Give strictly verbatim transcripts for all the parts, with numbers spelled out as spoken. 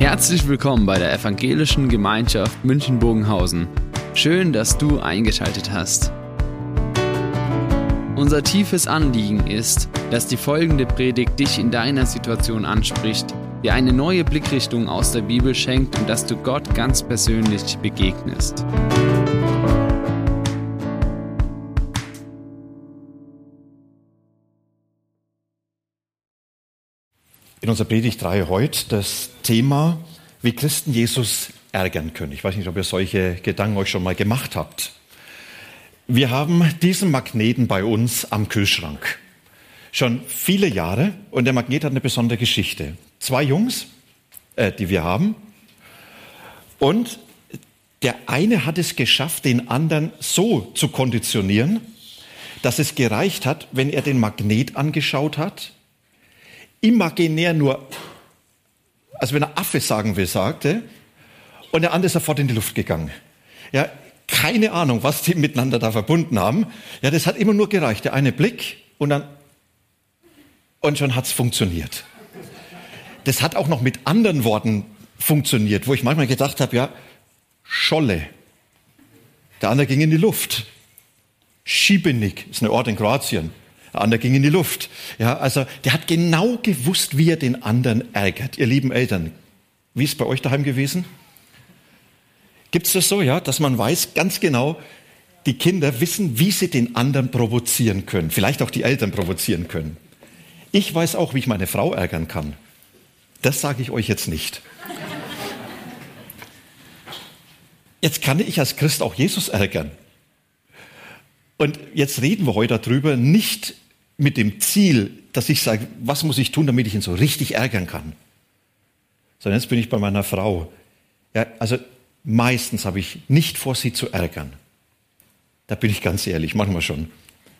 Herzlich willkommen bei der Evangelischen Gemeinschaft München-Bogenhausen. Schön, dass du eingeschaltet hast. Unser tiefes Anliegen ist, dass die folgende Predigt dich in deiner Situation anspricht, dir eine neue Blickrichtung aus der Bibel schenkt und dass du Gott ganz persönlich begegnest. In unserer Predigtreihe heute das Thema, wie Christen Jesus ärgern können. Ich weiß nicht, ob ihr solche Gedanken euch schon mal gemacht habt. Wir haben diesen Magneten bei uns am Kühlschrank. Schon viele Jahre und der Magnet hat eine besondere Geschichte. Zwei Jungs, äh, die wir haben, und der eine hat es geschafft, den anderen so zu konditionieren, dass es gereicht hat, wenn er den Magnet angeschaut hat, imaginär nur, also wenn er Affe sagen will, sagte, und der andere ist sofort in die Luft gegangen. Ja, keine Ahnung, was die miteinander da verbunden haben. Ja, das hat immer nur gereicht. Der eine Blick und dann, und schon hat's funktioniert. Das hat auch noch mit anderen Worten funktioniert, wo ich manchmal gedacht habe, ja, Scholle. Der andere ging in die Luft. Šibenik ist ein Ort in Kroatien. Der andere ging in die Luft. Ja, also der hat genau gewusst, wie er den anderen ärgert. Ihr lieben Eltern, wie ist es bei euch daheim gewesen? Gibt es das so, ja, dass man weiß ganz genau, die Kinder wissen, wie sie den anderen provozieren können. Vielleicht auch die Eltern provozieren können. Ich weiß auch, wie ich meine Frau ärgern kann. Das sage ich euch jetzt nicht. Jetzt kann ich als Christ auch Jesus ärgern. Und jetzt reden wir heute darüber, nicht mit dem Ziel, dass ich sage, was muss ich tun, damit ich ihn so richtig ärgern kann. Sondern jetzt bin ich bei meiner Frau. Ja, also meistens habe ich nicht vor, sie zu ärgern. Da bin ich ganz ehrlich, manchmal schon.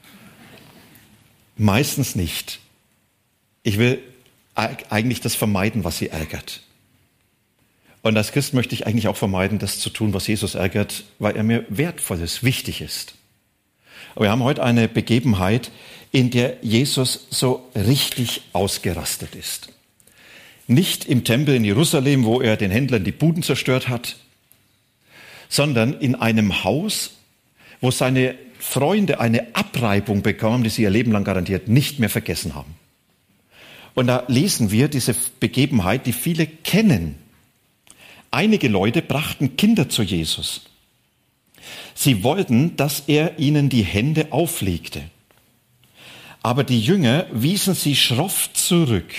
Meistens nicht. Ich will eigentlich das vermeiden, was sie ärgert. Und als Christ möchte ich eigentlich auch vermeiden, das zu tun, was Jesus ärgert, weil er mir wertvoll ist, wichtig ist. Aber wir haben heute eine Begebenheit, in der Jesus so richtig ausgerastet ist. Nicht im Tempel in Jerusalem, wo er den Händlern die Buden zerstört hat, sondern in einem Haus, wo seine Freunde eine Abreibung bekamen, die sie ihr Leben lang garantiert nicht mehr vergessen haben. Und da lesen wir diese Begebenheit, die viele kennen. Einige Leute brachten Kinder zu Jesus. Sie wollten, dass er ihnen die Hände auflegte. Aber die Jünger wiesen sie schroff zurück.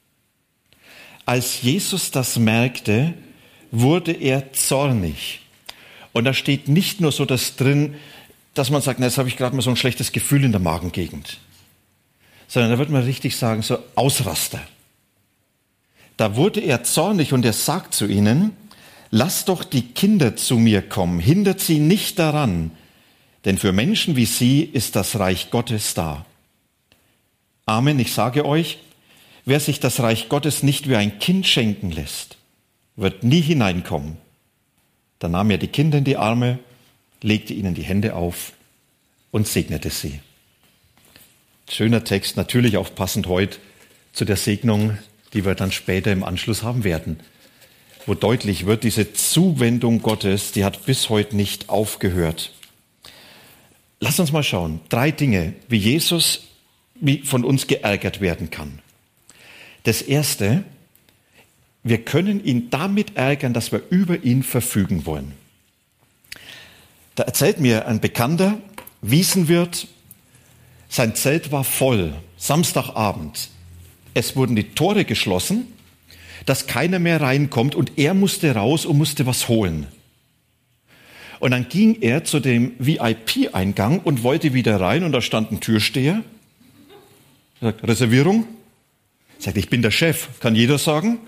Als Jesus das merkte, wurde er zornig. Und da steht nicht nur so das drin, dass man sagt, na, jetzt habe ich gerade mal so ein schlechtes Gefühl in der Magengegend. Sondern da wird man richtig sagen, so Ausraster. Da wurde er zornig und er sagt zu ihnen, lasst doch die Kinder zu mir kommen, hindert sie nicht daran, denn für Menschen wie sie ist das Reich Gottes da. Amen, ich sage euch, wer sich das Reich Gottes nicht wie ein Kind schenken lässt, wird nie hineinkommen. Dann nahm er die Kinder in die Arme, legte ihnen die Hände auf und segnete sie. Schöner Text, natürlich auch passend heute zu der Segnung, die wir dann später im Anschluss haben werden, wo deutlich wird, diese Zuwendung Gottes, die hat bis heute nicht aufgehört. Lass uns mal schauen, drei Dinge, wie Jesus wie von uns geärgert werden kann. Das erste, wir können ihn damit ärgern, dass wir über ihn verfügen wollen. Da erzählt mir ein Bekannter, Wiesenwirt, sein Zelt war voll, Samstagabend. Es wurden die Tore geschlossen, dass keiner mehr reinkommt und er musste raus und musste was holen. Und dann ging er zu dem V I P-Eingang und wollte wieder rein und da stand ein Türsteher. Er sagt, Reservierung? Er sagt, ich bin der Chef, kann jeder sagen.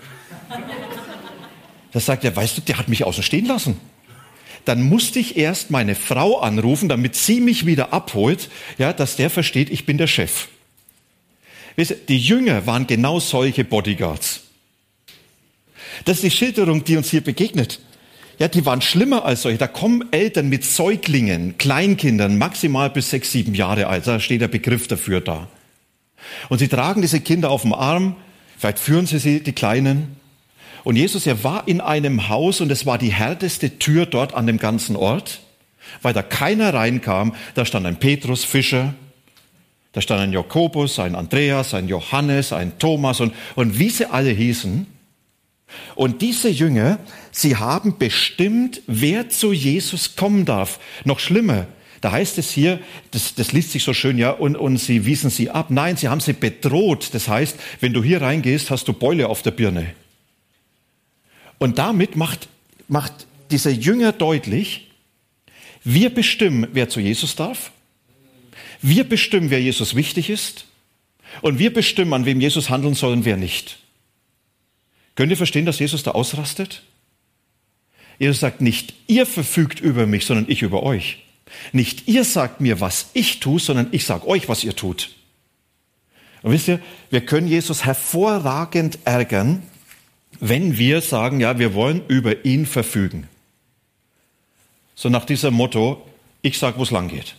Da sagt er, weißt du, der hat mich außen stehen lassen. Dann musste ich erst meine Frau anrufen, damit sie mich wieder abholt, ja, dass der versteht, ich bin der Chef. Weißt du, die Jünger waren genau solche Bodyguards. Das ist die Schilderung, die uns hier begegnet. Ja, die waren schlimmer als solche. Da kommen Eltern mit Säuglingen, Kleinkindern, maximal bis sechs, sieben Jahre alt. Da steht der Begriff dafür da. Und sie tragen diese Kinder auf dem Arm, vielleicht führen sie sie, die Kleinen, Und Jesus, er war in einem Haus und es war die härteste Tür dort an dem ganzen Ort, weil da keiner reinkam. Da stand ein Petrus, Fischer, da stand ein Jakobus, ein Andreas, ein Johannes, ein Thomas und, und wie sie alle hießen. Und diese Jünger, sie haben bestimmt, wer zu Jesus kommen darf. Noch schlimmer, da heißt es hier, das, das liest sich so schön, ja, und, und sie wiesen sie ab. Nein, sie haben sie bedroht. Das heißt, wenn du hier reingehst, hast du Beule auf der Birne. Und damit macht, macht dieser Jünger deutlich, wir bestimmen, wer zu Jesus darf. Wir bestimmen, wer Jesus wichtig ist. Und wir bestimmen, an wem Jesus handeln soll und wer nicht. Könnt ihr verstehen, dass Jesus da ausrastet? Jesus sagt nicht, ihr verfügt über mich, sondern ich über euch. Nicht ihr sagt mir, was ich tue, sondern ich sage euch, was ihr tut. Und wisst ihr, wir können Jesus hervorragend ärgern, wenn wir sagen, ja, wir wollen über ihn verfügen. So nach diesem Motto, ich sage, wo es lang geht.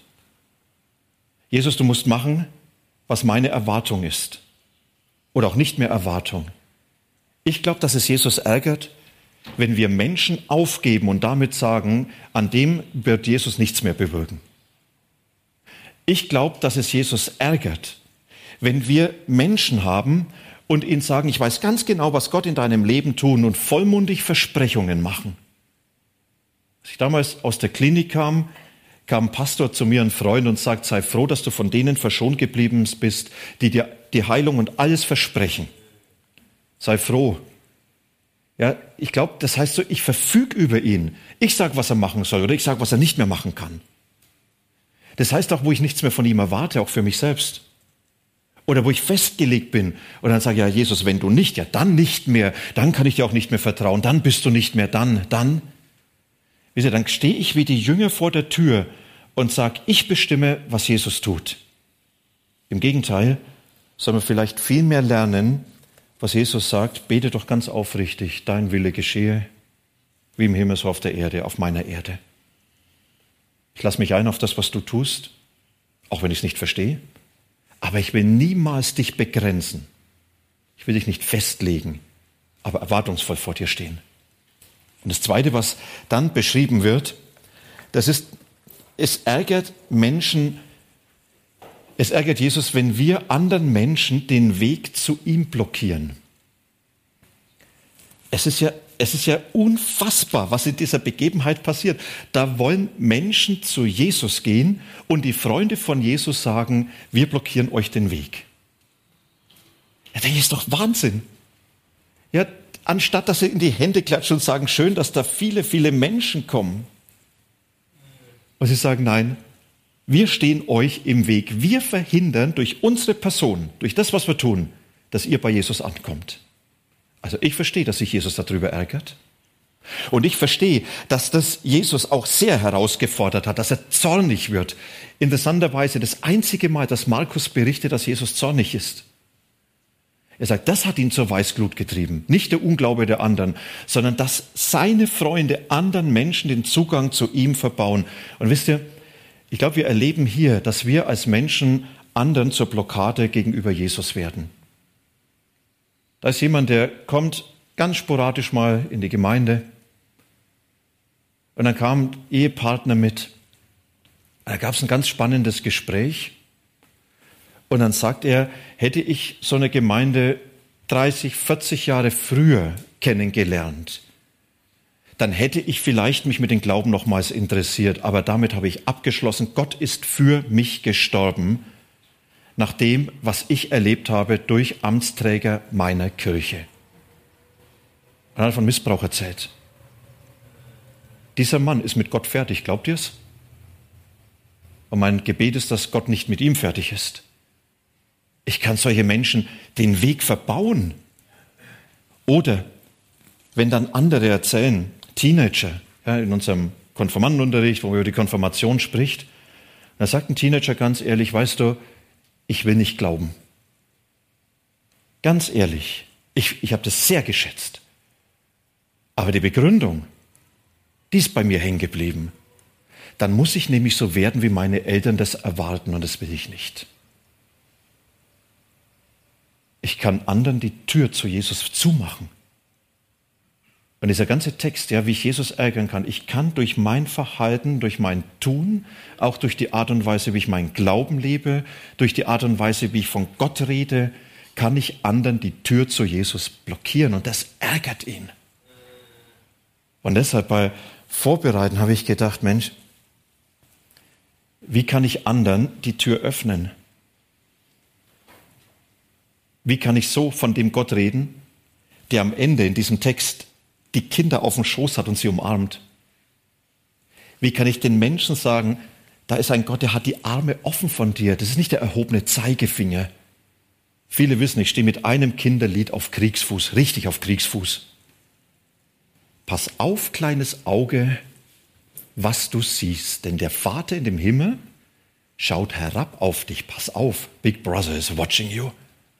Jesus, du musst machen, was meine Erwartung ist. Oder auch nicht mehr Erwartung. Ich glaube, dass es Jesus ärgert, wenn wir Menschen aufgeben und damit sagen, an dem wird Jesus nichts mehr bewirken. Ich glaube, dass es Jesus ärgert, wenn wir Menschen haben und ihnen sagen, ich weiß ganz genau, was Gott in deinem Leben tun und vollmundig Versprechungen machen. Als ich damals aus der Klinik kam, kam ein Pastor zu mir, ein Freund, und sagt, sei froh, dass du von denen verschont geblieben bist, die dir die Heilung und alles versprechen. Sei froh. Ja, ich glaube, das heißt so, ich verfüge über ihn. Ich sage, was er machen soll, oder ich sage, was er nicht mehr machen kann. Das heißt auch, wo ich nichts mehr von ihm erwarte, auch für mich selbst. Oder wo ich festgelegt bin und dann sage, ja Jesus, wenn du nicht, ja dann nicht mehr, dann kann ich dir auch nicht mehr vertrauen, dann bist du nicht mehr, dann, dann. Wisst ihr, dann stehe ich wie die Jünger vor der Tür und sage, ich bestimme, was Jesus tut. Im Gegenteil, soll man vielleicht viel mehr lernen, was Jesus sagt, bete doch ganz aufrichtig, dein Wille geschehe, wie im Himmel so auf der Erde, auf meiner Erde. Ich lasse mich ein auf das, was du tust, auch wenn ich es nicht verstehe, aber ich will niemals dich begrenzen. Ich will dich nicht festlegen, aber erwartungsvoll vor dir stehen. Und das Zweite, was dann beschrieben wird, das ist, es ärgert Menschen, es ärgert Jesus, wenn wir anderen Menschen den Weg zu ihm blockieren. Es ist ja, es ist ja unfassbar, was in dieser Begebenheit passiert. Da wollen Menschen zu Jesus gehen und die Freunde von Jesus sagen, wir blockieren euch den Weg. Ja, das ist doch Wahnsinn. Ja, anstatt dass sie in die Hände klatschen und sagen, schön, dass da viele, viele Menschen kommen. Und sie sagen, nein, wir stehen euch im Weg. Wir verhindern durch unsere Person, durch das, was wir tun, dass ihr bei Jesus ankommt. Also ich verstehe, dass sich Jesus darüber ärgert. Und ich verstehe, dass das Jesus auch sehr herausgefordert hat, dass er zornig wird. Interessanterweise das einzige Mal, dass Markus berichtet, dass Jesus zornig ist. Er sagt, das hat ihn zur Weißglut getrieben. Nicht der Unglaube der anderen, sondern dass seine Freunde anderen Menschen den Zugang zu ihm verbauen. Und wisst ihr, ich glaube, wir erleben hier, dass wir als Menschen anderen zur Blockade gegenüber Jesus werden. Da ist jemand, der kommt ganz sporadisch mal in die Gemeinde und dann kam ein Ehepartner mit. Da gab es ein ganz spannendes Gespräch und dann sagt er, hätte ich so eine Gemeinde dreißig, vierzig Jahre früher kennengelernt, dann hätte ich vielleicht mich mit dem Glauben nochmals interessiert. Aber damit habe ich abgeschlossen, Gott ist für mich gestorben, nach dem, was ich erlebt habe durch Amtsträger meiner Kirche. Er hat von Missbrauch erzählt. Dieser Mann ist mit Gott fertig, glaubt ihr es? Und mein Gebet ist, dass Gott nicht mit ihm fertig ist. Ich kann solche Menschen den Weg verbauen. Oder wenn dann andere erzählen, Teenager, ja, in unserem Konfirmandenunterricht, wo man über die Konfirmation spricht, da sagt ein Teenager ganz ehrlich, weißt du, ich will nicht glauben. Ganz ehrlich, ich, ich habe das sehr geschätzt. Aber die Begründung, die ist bei mir hängen geblieben. Dann muss ich nämlich so werden, wie meine Eltern das erwarten, und das will ich nicht. Ich kann anderen die Tür zu Jesus zumachen. Und dieser ganze Text, ja, wie ich Jesus ärgern kann, ich kann durch mein Verhalten, durch mein Tun, auch durch die Art und Weise, wie ich meinen Glauben lebe, durch die Art und Weise, wie ich von Gott rede, kann ich anderen die Tür zu Jesus blockieren. Und das ärgert ihn. Und deshalb bei Vorbereiten habe ich gedacht, Mensch, wie kann ich anderen die Tür öffnen? Wie kann ich so von dem Gott reden, der am Ende in diesem Text die Kinder auf dem Schoß hat und sie umarmt? Wie kann ich den Menschen sagen, da ist ein Gott, der hat die Arme offen von dir. Das ist nicht der erhobene Zeigefinger. Viele wissen, ich stehe mit einem Kinderlied auf Kriegsfuß, richtig auf Kriegsfuß. Pass auf, kleines Auge, was du siehst, denn der Vater in dem Himmel schaut herab auf dich. Pass auf, Big Brother is watching you.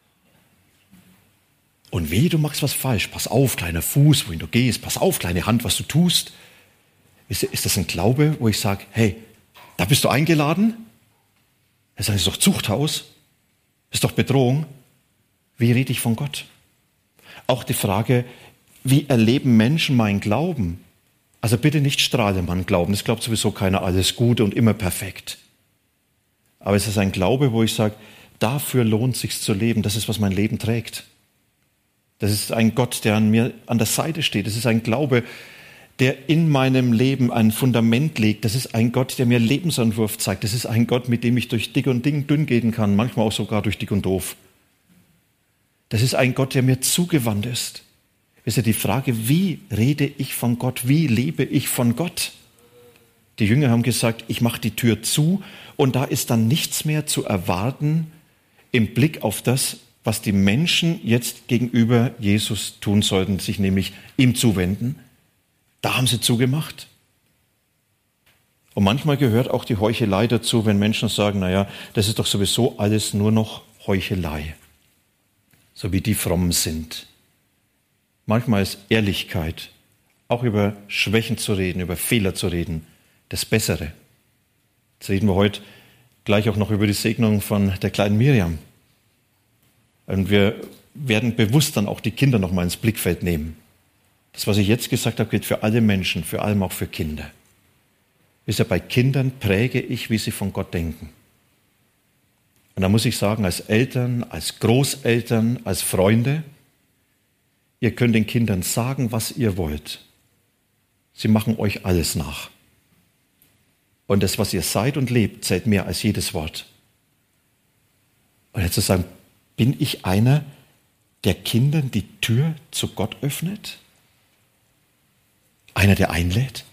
Und wehe, du machst was falsch. Pass auf, kleiner Fuß, wohin du gehst. Pass auf, kleine Hand, was du tust. Ist, ist das ein Glaube, wo ich sage, hey, da bist du eingeladen? Das ist doch Zuchthaus. Das ist doch Bedrohung. Wie rede ich von Gott? Auch die Frage, wie erleben Menschen meinen Glauben? Also bitte nicht Strahlemann glauben. Das glaubt sowieso keiner alles Gute und immer perfekt. Aber es ist ein Glaube, wo ich sage, dafür lohnt es sich zu leben. Das ist, was mein Leben trägt. Das ist ein Gott, der an mir an der Seite steht. Das ist ein Glaube, der in meinem Leben ein Fundament legt. Das ist ein Gott, der mir Lebensentwurf zeigt. Das ist ein Gott, mit dem ich durch dick und dünn gehen kann, manchmal auch sogar durch dick und doof. Das ist ein Gott, der mir zugewandt ist. Ist ja die Frage, wie rede ich von Gott? Wie lebe ich von Gott? Die Jünger haben gesagt, ich mache die Tür zu und da ist dann nichts mehr zu erwarten im Blick auf das, was die Menschen jetzt gegenüber Jesus tun sollten, sich nämlich ihm zuwenden. Da haben sie zugemacht. Und manchmal gehört auch die Heuchelei dazu, wenn Menschen sagen, naja, das ist doch sowieso alles nur noch Heuchelei, so wie die Frommen sind. Manchmal ist Ehrlichkeit, auch über Schwächen zu reden, über Fehler zu reden, das Bessere. Jetzt reden wir heute gleich auch noch über die Segnung von der kleinen Miriam. Und wir werden bewusst dann auch die Kinder noch mal ins Blickfeld nehmen. Das, was ich jetzt gesagt habe, gilt für alle Menschen, vor allem auch für Kinder. Wisst ihr, bei Kindern präge ich, wie sie von Gott denken. Und da muss ich sagen, als Eltern, als Großeltern, als Freunde, ihr könnt den Kindern sagen, was ihr wollt. Sie machen euch alles nach. Und das, was ihr seid und lebt, zählt mehr als jedes Wort. Und jetzt zu sagen, bin ich einer, der Kindern die Tür zu Gott öffnet? Einer, der einlädt?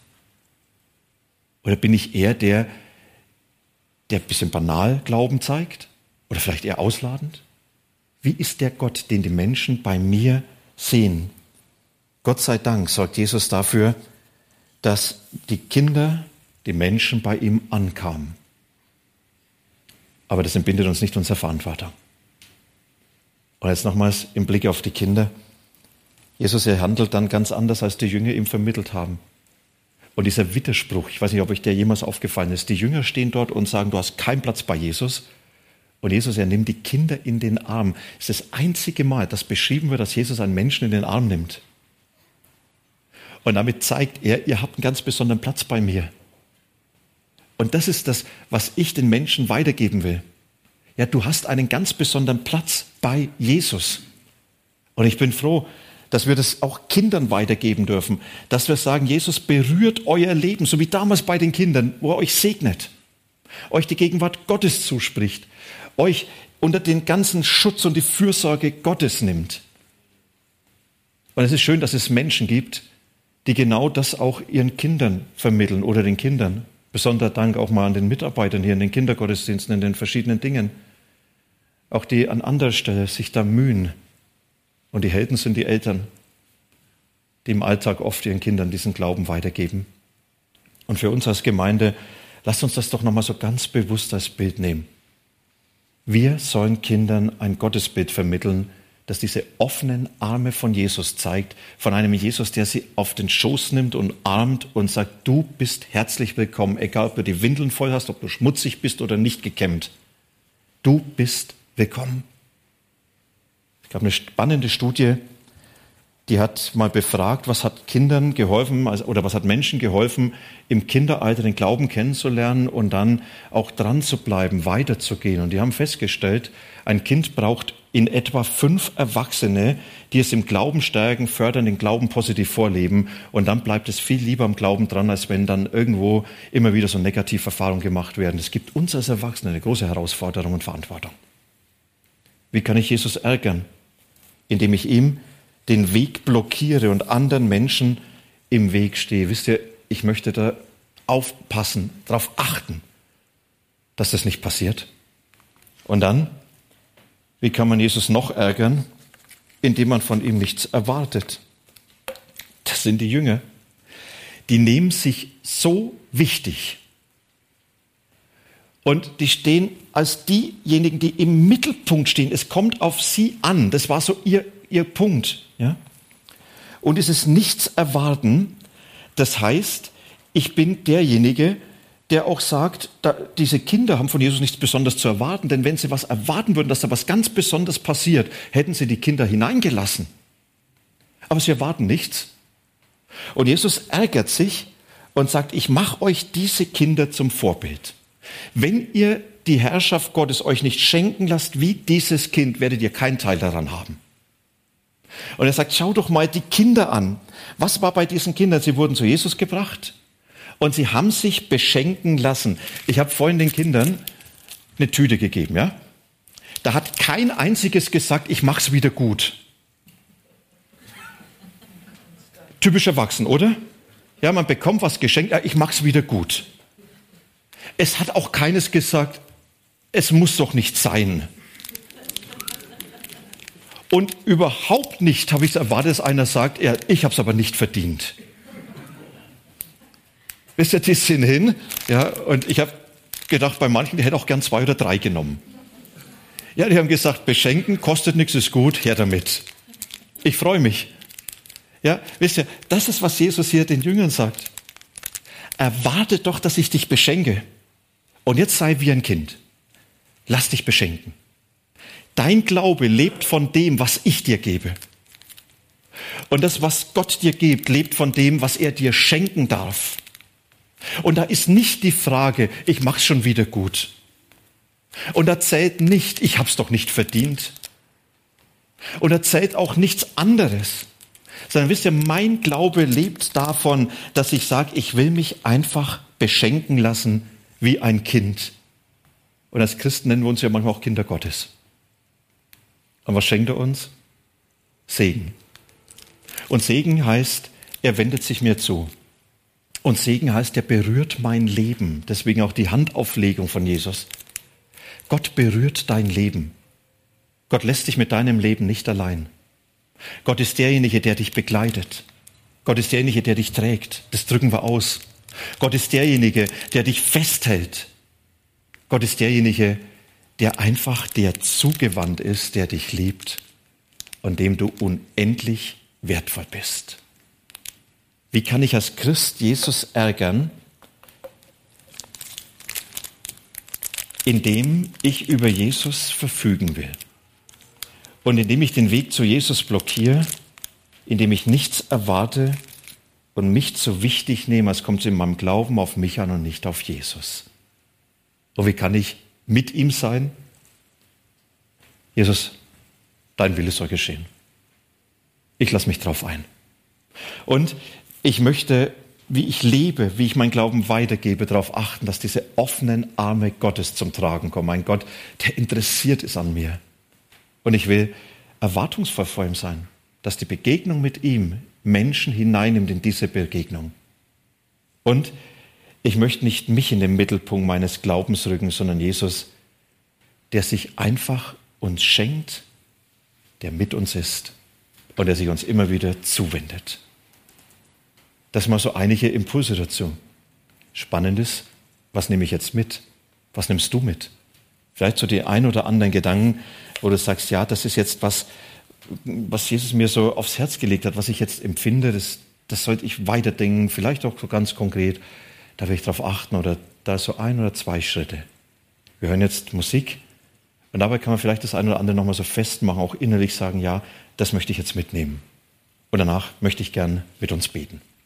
Oder bin ich eher der, der ein bisschen banal Glauben zeigt? Oder vielleicht eher ausladend? Wie ist der Gott, den die Menschen bei mir sehen? Gott sei Dank sorgt Jesus dafür, dass die Kinder, die Menschen bei ihm ankamen. Aber das entbindet uns nicht unserer Verantwortung. Und jetzt nochmals im Blick auf die Kinder. Jesus, er handelt dann ganz anders, als die Jünger ihm vermittelt haben. Und dieser Widerspruch, ich weiß nicht, ob euch der jemals aufgefallen ist, die Jünger stehen dort und sagen, du hast keinen Platz bei Jesus. Und Jesus, er nimmt die Kinder in den Arm. Es ist das einzige Mal, dass beschrieben wird, dass Jesus einen Menschen in den Arm nimmt. Und damit zeigt er, ihr habt einen ganz besonderen Platz bei mir. Und das ist das, was ich den Menschen weitergeben will. Ja, du hast einen ganz besonderen Platz bei Jesus. Und ich bin froh, dass wir das auch Kindern weitergeben dürfen. Dass wir sagen, Jesus berührt euer Leben, so wie damals bei den Kindern, wo er euch segnet, euch die Gegenwart Gottes zuspricht, euch unter den ganzen Schutz und die Fürsorge Gottes nimmt. Und es ist schön, dass es Menschen gibt, die genau das auch ihren Kindern vermitteln oder den Kindern. Besonderer Dank auch mal an den Mitarbeitern hier in den Kindergottesdiensten, in den verschiedenen Dingen. Auch die an anderer Stelle sich da mühen. Und die Helden sind die Eltern, die im Alltag oft ihren Kindern diesen Glauben weitergeben. Und für uns als Gemeinde, lasst uns das doch nochmal so ganz bewusst als Bild nehmen. Wir sollen Kindern ein Gottesbild vermitteln, das diese offenen Arme von Jesus zeigt, von einem Jesus, der sie auf den Schoß nimmt und armt und sagt, du bist herzlich willkommen, egal ob du die Windeln voll hast, ob du schmutzig bist oder nicht gekämmt. Du bist willkommen. Es gab eine spannende Studie, die hat mal befragt, was hat Kindern geholfen oder was hat Menschen geholfen, im Kinderalter den Glauben kennenzulernen und dann auch dran zu bleiben, weiterzugehen. Und die haben festgestellt, ein Kind braucht in etwa fünf Erwachsene, die es im Glauben stärken, fördern, den Glauben positiv vorleben. Und dann bleibt es viel lieber am Glauben dran, als wenn dann irgendwo immer wieder so negative Erfahrungen gemacht werden. Es gibt uns als Erwachsene eine große Herausforderung und Verantwortung. Wie kann ich Jesus ärgern? Indem ich ihm den Weg blockiere und anderen Menschen im Weg stehe. Wisst ihr, ich möchte da aufpassen, darauf achten, dass das nicht passiert. Und dann, wie kann man Jesus noch ärgern? Indem man von ihm nichts erwartet. Das sind die Jünger. Die nehmen sich so wichtig. Und die stehen als diejenigen, die im Mittelpunkt stehen. Es kommt auf sie an. Das war so ihr, ihr Punkt. Ja? Und es ist nichts erwarten. Das heißt, ich bin derjenige, der auch sagt, da, diese Kinder haben von Jesus nichts Besonderes zu erwarten. Denn wenn sie was erwarten würden, dass da was ganz Besonderes passiert, hätten sie die Kinder hineingelassen. Aber sie erwarten nichts. Und Jesus ärgert sich und sagt, ich mache euch diese Kinder zum Vorbild. Wenn ihr die Herrschaft Gottes euch nicht schenken lasst wie dieses Kind, werdet ihr keinen Teil daran haben. Und er sagt, schau doch mal die Kinder an. Was war bei diesen Kindern? Sie wurden zu Jesus gebracht und sie haben sich beschenken lassen. Ich habe vorhin den Kindern eine Tüte gegeben, ja? Da hat kein einziges gesagt, ich mach's wieder gut. Typisch erwachsen, oder? Ja, man bekommt was geschenkt, ja, ich mach's wieder gut. Es hat auch keines gesagt, es muss doch nicht sein. Und überhaupt nicht habe ich es erwartet, dass einer sagt, ja, ich habe es aber nicht verdient. Wisst ihr, die sind hin, ja, und ich habe gedacht, bei manchen, die hätten auch gern zwei oder drei genommen. Ja, die haben gesagt, beschenken, kostet nichts, ist gut, her damit. Ich freue mich. Ja, wisst ihr, das ist, was Jesus hier den Jüngern sagt. Erwarte doch, dass ich dich beschenke. Und jetzt sei wie ein Kind. Lass dich beschenken. Dein Glaube lebt von dem, was ich dir gebe. Und das, was Gott dir gibt, lebt von dem, was er dir schenken darf. Und da ist nicht die Frage, ich mach's schon wieder gut. Und da zählt nicht, ich hab's doch nicht verdient. Und da zählt auch nichts anderes. Sondern wisst ihr, mein Glaube lebt davon, dass ich sage, ich will mich einfach beschenken lassen wie ein Kind. Und als Christen nennen wir uns ja manchmal auch Kinder Gottes. Und was schenkt er uns? Segen. Und Segen heißt, er wendet sich mir zu. Und Segen heißt, er berührt mein Leben. Deswegen auch die Handauflegung von Jesus. Gott berührt dein Leben. Gott lässt dich mit deinem Leben nicht allein. Gott ist derjenige, der dich begleitet. Gott ist derjenige, der dich trägt. Das drücken wir aus. Gott ist derjenige, der dich festhält. Gott ist derjenige, der einfach dir zugewandt ist, der dich liebt und dem du unendlich wertvoll bist. Wie kann ich als Christ Jesus ärgern? Indem ich über Jesus verfügen will. Und indem ich den Weg zu Jesus blockiere, indem ich nichts erwarte und mich zu wichtig nehme, als kommt es in meinem Glauben auf mich an und nicht auf Jesus. Und wie kann ich mit ihm sein? Jesus, dein Wille soll geschehen. Ich lasse mich drauf ein. Und ich möchte, wie ich lebe, wie ich meinen Glauben weitergebe, darauf achten, dass diese offenen Arme Gottes zum Tragen kommen. Ein Gott, der interessiert ist an mir. Und ich will erwartungsvoll vor ihm sein, dass die Begegnung mit ihm Menschen hineinnimmt in diese Begegnung. Und ich möchte nicht mich in den Mittelpunkt meines Glaubens rücken, sondern Jesus, der sich einfach uns schenkt, der mit uns ist und der sich uns immer wieder zuwendet. Das sind mal so einige Impulse dazu. Spannend ist, was nehme ich jetzt mit? Was nimmst du mit? Vielleicht so die ein oder anderen Gedanken, wo du sagst, ja, das ist jetzt was, was Jesus mir so aufs Herz gelegt hat, was ich jetzt empfinde, das, das sollte ich weiterdenken, vielleicht auch so ganz konkret, da will ich drauf achten oder da so ein oder zwei Schritte. Wir hören jetzt Musik und dabei kann man vielleicht das eine oder andere nochmal so festmachen, auch innerlich sagen, ja, das möchte ich jetzt mitnehmen. Und danach möchte ich gern mit uns beten.